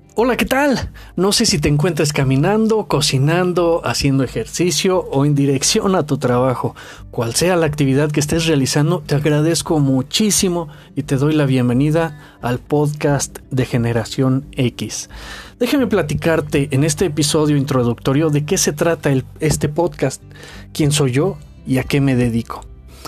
Hola, ¿qué tal? No sé si te encuentras caminando, cocinando, haciendo ejercicio o en dirección a tu trabajo. Cual sea la actividad que estés realizando, te agradezco muchísimo y te doy la bienvenida al podcast de Generación X. Déjame platicarte en este episodio introductorio de qué se trata este podcast, quién soy yo y a qué me dedico.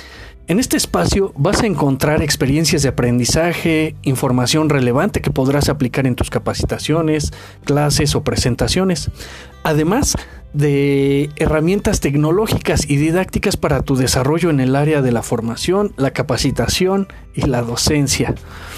En este espacio vas a encontrar experiencias de aprendizaje, información relevante que podrás aplicar en tus capacitaciones, clases o presentaciones, además de herramientas tecnológicas y didácticas para tu desarrollo en el área de la formación, la capacitación y la docencia.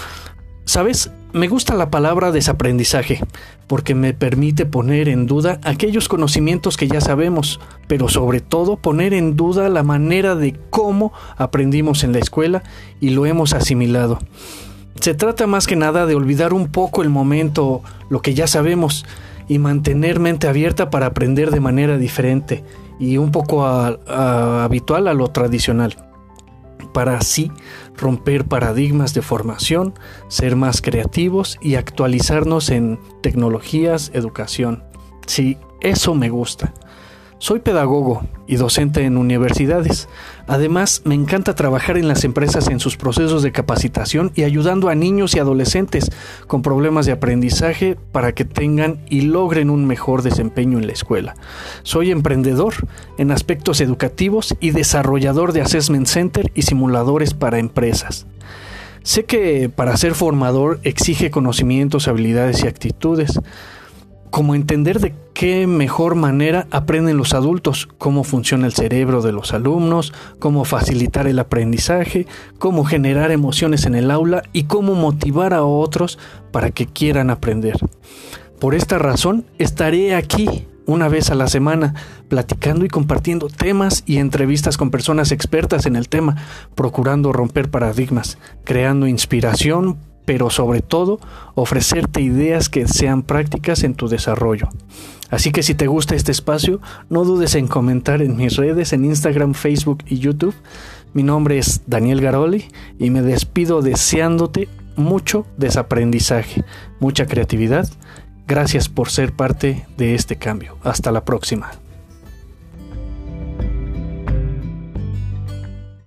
¿Sabes? Me gusta la palabra desaprendizaje porque me permite poner en duda aquellos conocimientos que ya sabemos, pero sobre todo poner en duda la manera de cómo aprendimos en la escuela y lo hemos asimilado. Se trata más que nada de olvidar un poco el momento, lo que ya sabemos, y mantener mente abierta para aprender de manera diferente y un poco habitual a lo tradicional, para así romper paradigmas de formación, ser más creativos y actualizarnos en tecnologías, educación. Sí, eso me gusta. Soy pedagogo y docente en universidades. Además, me encanta trabajar en las empresas en sus procesos de capacitación y ayudando a niños y adolescentes con problemas de aprendizaje para que tengan y logren un mejor desempeño en la escuela. Soy emprendedor en aspectos educativos y desarrollador de assessment center y simuladores para empresas. Sé que para ser formador exige conocimientos, habilidades y actitudes, como entender de qué mejor manera aprenden los adultos, cómo funciona el cerebro de los alumnos, cómo facilitar el aprendizaje, cómo generar emociones en el aula y cómo motivar a otros para que quieran aprender. Por esta razón, estaré aquí una vez a la semana platicando y compartiendo temas y entrevistas con personas expertas en el tema, procurando romper paradigmas, creando inspiración, pero sobre todo ofrecerte ideas que sean prácticas en tu desarrollo. Así que si te gusta este espacio, no dudes en comentar en mis redes, en Instagram, Facebook y YouTube. Mi nombre es Daniel Garoli y me despido deseándote mucho desaprendizaje, mucha creatividad. Gracias por ser parte de este cambio. Hasta la próxima.